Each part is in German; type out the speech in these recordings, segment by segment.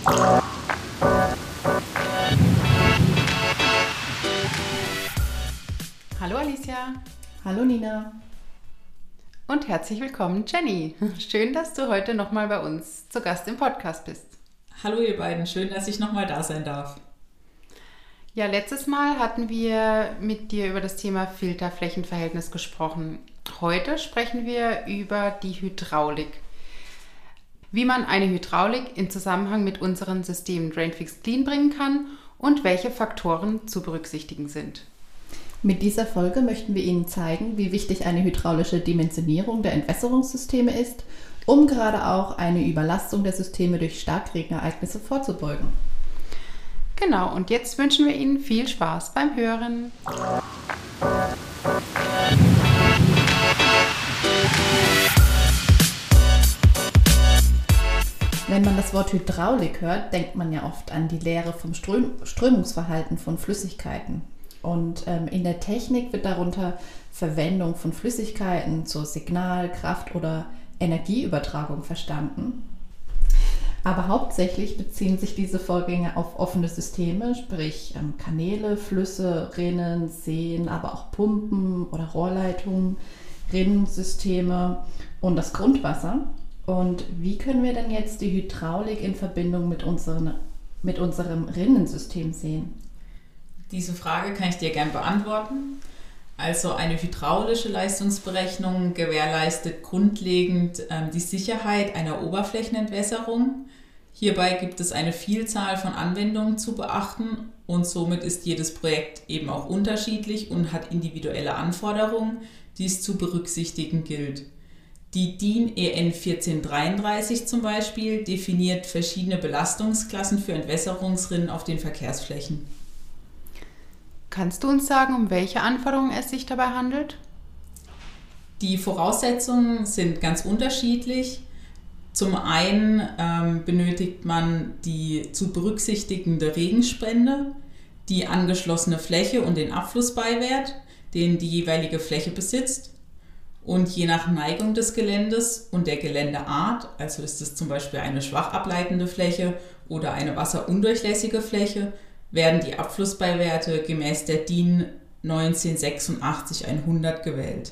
Hallo Alicia. Hallo Nina. Und herzlich willkommen Jenny. Schön, dass du heute nochmal bei uns zu Gast im Podcast bist. Hallo ihr beiden, schön, dass ich nochmal da sein darf. Ja, letztes Mal hatten wir mit dir über das Thema Filter-Flächenverhältnis gesprochen. Heute sprechen wir über die Hydraulik. Wie man eine Hydraulik in Zusammenhang mit unseren Systemen Drainfix Clean bringen kann und welche Faktoren zu berücksichtigen sind. Mit dieser Folge möchten wir Ihnen zeigen, wie wichtig eine hydraulische Dimensionierung der Entwässerungssysteme ist, um gerade auch eine Überlastung der Systeme durch Starkregenereignisse vorzubeugen. Genau, und jetzt wünschen wir Ihnen viel Spaß beim Hören. Wenn man das Wort Hydraulik hört, denkt man ja oft an die Lehre vom Strömungsverhalten von Flüssigkeiten. Und in der Technik wird darunter Verwendung von Flüssigkeiten zur Signal-, Kraft- oder Energieübertragung verstanden. Aber hauptsächlich beziehen sich diese Vorgänge auf offene Systeme, sprich Kanäle, Flüsse, Rinnen, Seen, aber auch Pumpen oder Rohrleitungen, Rinnensysteme und das Grundwasser. Und wie können wir denn jetzt die Hydraulik in Verbindung mit unserem Rinnensystem sehen? Diese Frage kann ich dir gern beantworten. Also eine hydraulische Leistungsberechnung gewährleistet grundlegend die Sicherheit einer Oberflächenentwässerung. Hierbei gibt es eine Vielzahl von Anwendungen zu beachten und somit ist jedes Projekt eben auch unterschiedlich und hat individuelle Anforderungen, die es zu berücksichtigen gilt. Die DIN EN 1433 zum Beispiel definiert verschiedene Belastungsklassen für Entwässerungsrinnen auf den Verkehrsflächen. Kannst du uns sagen, um welche Anforderungen es sich dabei handelt? Die Voraussetzungen sind ganz unterschiedlich. Zum einen benötigt man die zu berücksichtigende Regenspende, die angeschlossene Fläche und den Abflussbeiwert, den die jeweilige Fläche besitzt. Und je nach Neigung des Geländes und der Geländeart, also ist es zum Beispiel eine schwach ableitende Fläche oder eine wasserundurchlässige Fläche, werden die Abflussbeiwerte gemäß der DIN 1986-100 gewählt.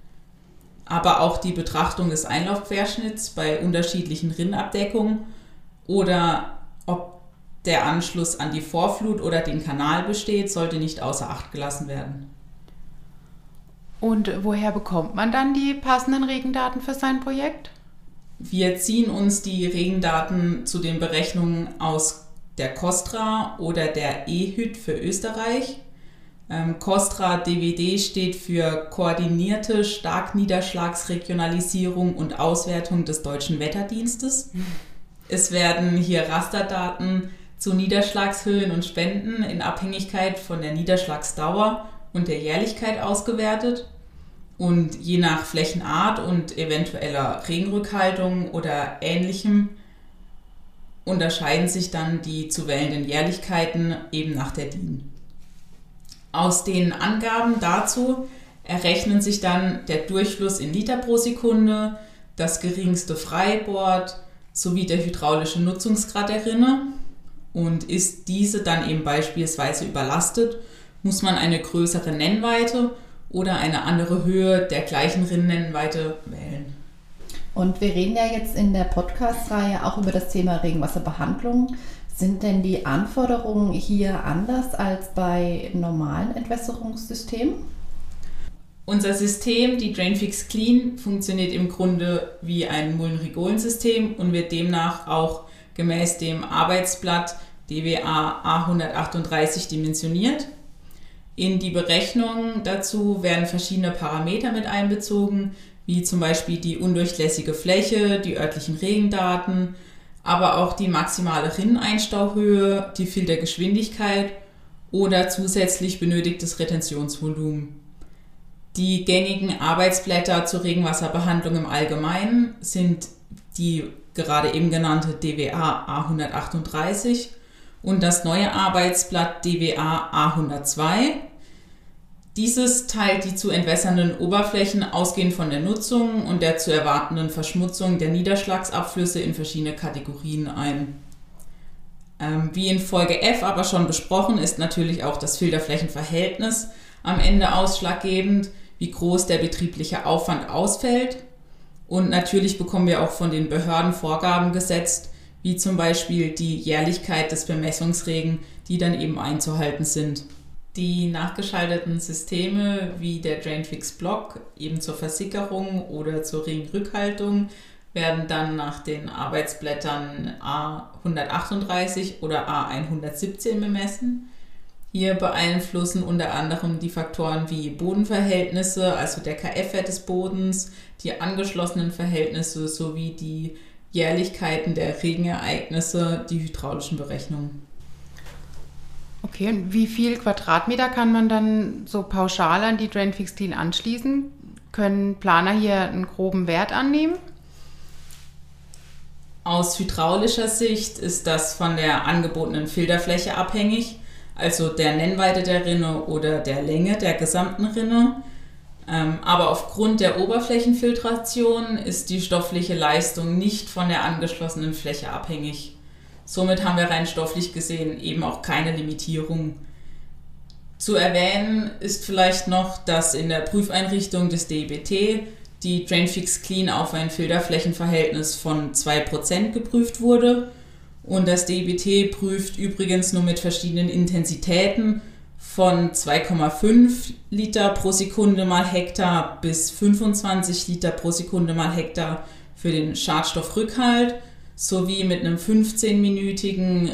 Aber auch die Betrachtung des Einlaufquerschnitts bei unterschiedlichen Rinnabdeckungen oder ob der Anschluss an die Vorflut oder den Kanal besteht, sollte nicht außer Acht gelassen werden. Und woher bekommt man dann die passenden Regendaten für sein Projekt? Wir ziehen uns die Regendaten zu den Berechnungen aus der KOSTRA oder der EHYD für Österreich. KOSTRA DWD steht für Koordinierte Starkniederschlagsregionalisierung und Auswertung des Deutschen Wetterdienstes. Es werden hier Rasterdaten zu Niederschlagshöhen und Spenden in Abhängigkeit von der Niederschlagsdauer und der Jährlichkeit ausgewertet. Und je nach Flächenart und eventueller Regenrückhaltung oder Ähnlichem unterscheiden sich dann die zu wählenden Jährlichkeiten eben nach der DIN. Aus den Angaben dazu errechnen sich dann der Durchfluss in Liter pro Sekunde, das geringste Freibord sowie der hydraulische Nutzungsgrad der Rinne. Und ist diese dann eben beispielsweise überlastet, muss man eine größere Nennweite oder eine andere Höhe der gleichen Rinnennennweite wählen. Und wir reden ja jetzt in der Podcast-Reihe auch über das Thema Regenwasserbehandlung. Sind denn die Anforderungen hier anders als bei normalen Entwässerungssystemen? Unser System, die Drainfix Clean, funktioniert im Grunde wie ein Mullen-Rigolen-System und wird demnach auch gemäß dem Arbeitsblatt DWA A138 dimensioniert. In die Berechnung dazu werden verschiedene Parameter mit einbezogen, wie zum Beispiel die undurchlässige Fläche, die örtlichen Regendaten, aber auch die maximale Rinneneinstauhöhe, die Filtergeschwindigkeit oder zusätzlich benötigtes Retentionsvolumen. Die gängigen Arbeitsblätter zur Regenwasserbehandlung im Allgemeinen sind die gerade eben genannte DWA A138 und das neue Arbeitsblatt DWA A102. Dieses teilt die zu entwässernden Oberflächen ausgehend von der Nutzung und der zu erwartenden Verschmutzung der Niederschlagsabflüsse in verschiedene Kategorien ein. Wie in Folge F aber schon besprochen, ist natürlich auch das Filterflächenverhältnis am Ende ausschlaggebend, wie groß der betriebliche Aufwand ausfällt. Und natürlich bekommen wir auch von den Behörden Vorgaben gesetzt, wie zum Beispiel die Jährlichkeit des Bemessungsregen, die dann eben einzuhalten sind. Die nachgeschalteten Systeme wie der Drainfix-Block eben zur Versickerung oder zur Regenrückhaltung werden dann nach den Arbeitsblättern A138 oder A117 bemessen. Hier beeinflussen unter anderem die Faktoren wie Bodenverhältnisse, also der KF-Wert des Bodens, die angeschlossenen Verhältnisse sowie die Jährlichkeiten der Regenereignisse, die hydraulischen Berechnungen. Okay, und wie viel Quadratmeter kann man dann so pauschal an die Drainfix Clean anschließen? Können Planer hier einen groben Wert annehmen? Aus hydraulischer Sicht ist das von der angebotenen Filterfläche abhängig, also der Nennweite der Rinne oder der Länge der gesamten Rinne. Aber aufgrund der Oberflächenfiltration ist die stoffliche Leistung nicht von der angeschlossenen Fläche abhängig. Somit haben wir rein stofflich gesehen eben auch keine Limitierung. Zu erwähnen ist vielleicht noch, dass in der Prüfeinrichtung des DIBT die Drainfix Clean auf ein Filterflächenverhältnis von 2% geprüft wurde. Und das DIBT prüft übrigens nur mit verschiedenen Intensitäten von 2,5 Liter pro Sekunde mal Hektar bis 25 Liter pro Sekunde mal Hektar für den Schadstoffrückhalt sowie mit einem 15-minütigen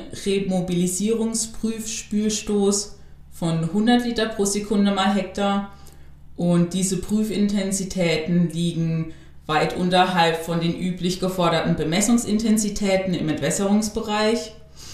Remobilisierungsprüfspülstoß von 100 Liter pro Sekunde mal Hektar. Und diese Prüfintensitäten liegen weit unterhalb von den üblich geforderten Bemessungsintensitäten im Entwässerungsbereich.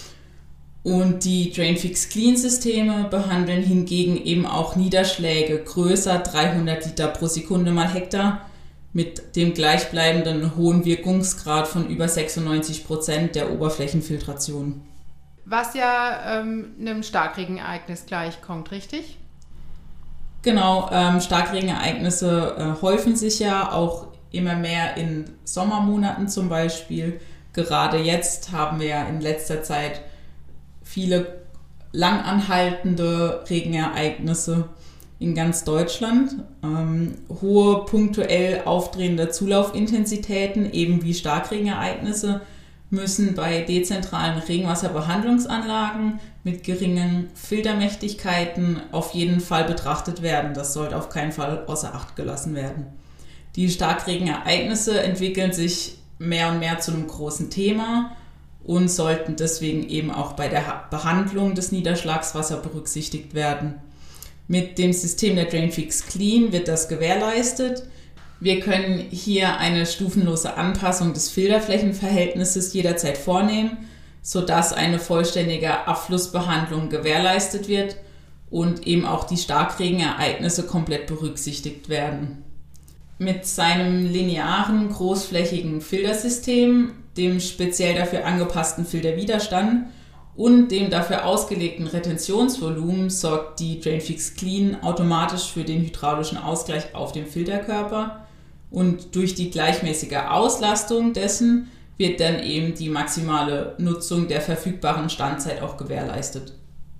Und die Drainfix Clean Systeme behandeln hingegen eben auch Niederschläge größer 300 Liter pro Sekunde mal Hektar mit dem gleichbleibenden hohen Wirkungsgrad von über 96% der Oberflächenfiltration. Was ja einem Starkregenereignis gleichkommt, richtig? Genau, Starkregenereignisse häufen sich ja auch immer mehr in Sommermonaten zum Beispiel. Gerade jetzt haben wir ja in letzter Zeit viele langanhaltende Regenereignisse in ganz Deutschland. Hohe punktuell aufdrehende Zulaufintensitäten, eben wie Starkregenereignisse, müssen bei dezentralen Regenwasserbehandlungsanlagen mit geringen Filtermächtigkeiten auf jeden Fall betrachtet werden. Das sollte auf keinen Fall außer Acht gelassen werden. Die Starkregenereignisse entwickeln sich mehr und mehr zu einem großen Thema und sollten deswegen eben auch bei der Behandlung des Niederschlagswassers berücksichtigt werden. Mit dem System der Drainfix Clean wird das gewährleistet. Wir können hier eine stufenlose Anpassung des Filterflächenverhältnisses jederzeit vornehmen, sodass eine vollständige Abflussbehandlung gewährleistet wird und eben auch die Starkregenereignisse komplett berücksichtigt werden. Mit seinem linearen, großflächigen Filtersystem, dem speziell dafür angepassten Filterwiderstand und dem dafür ausgelegten Retentionsvolumen sorgt die Drainfix Clean automatisch für den hydraulischen Ausgleich auf dem Filterkörper. Und durch die gleichmäßige Auslastung dessen wird dann eben die maximale Nutzung der verfügbaren Standzeit auch gewährleistet.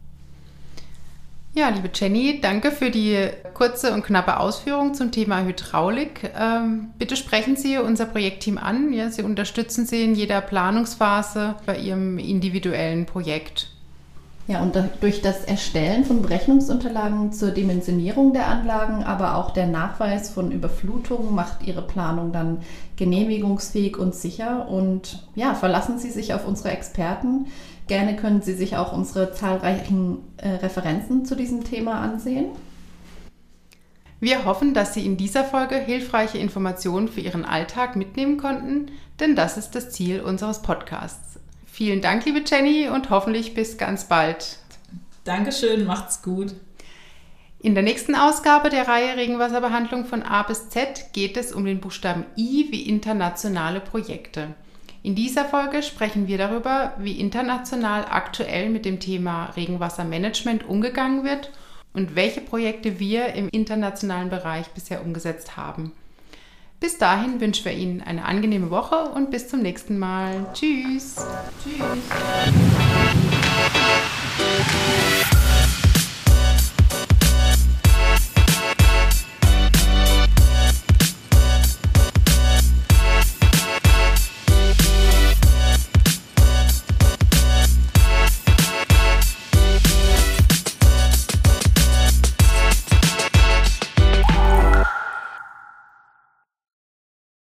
Ja, liebe Jenny, danke für die kurze und knappe Ausführung zum Thema Hydraulik. Bitte sprechen Sie unser Projektteam an. Ja, Sie unterstützen Sie in jeder Planungsphase bei Ihrem individuellen Projekt. Ja, und durch das Erstellen von Berechnungsunterlagen zur Dimensionierung der Anlagen, aber auch der Nachweis von Überflutungen macht Ihre Planung dann genehmigungsfähig und sicher. Und ja, verlassen Sie sich auf unsere Experten. Gerne können Sie sich auch unsere zahlreichen Referenzen zu diesem Thema ansehen. Wir hoffen, dass Sie in dieser Folge hilfreiche Informationen für Ihren Alltag mitnehmen konnten, denn das ist das Ziel unseres Podcasts. Vielen Dank, liebe Jenny, und hoffentlich bis ganz bald. Dankeschön, macht's gut. In der nächsten Ausgabe der Reihe Regenwasserbehandlung von A bis Z geht es um den Buchstaben I wie internationale Projekte. In dieser Folge sprechen wir darüber, wie international aktuell mit dem Thema Regenwassermanagement umgegangen wird und welche Projekte wir im internationalen Bereich bisher umgesetzt haben. Bis dahin wünschen wir Ihnen eine angenehme Woche und bis zum nächsten Mal. Tschüss. Tschüss.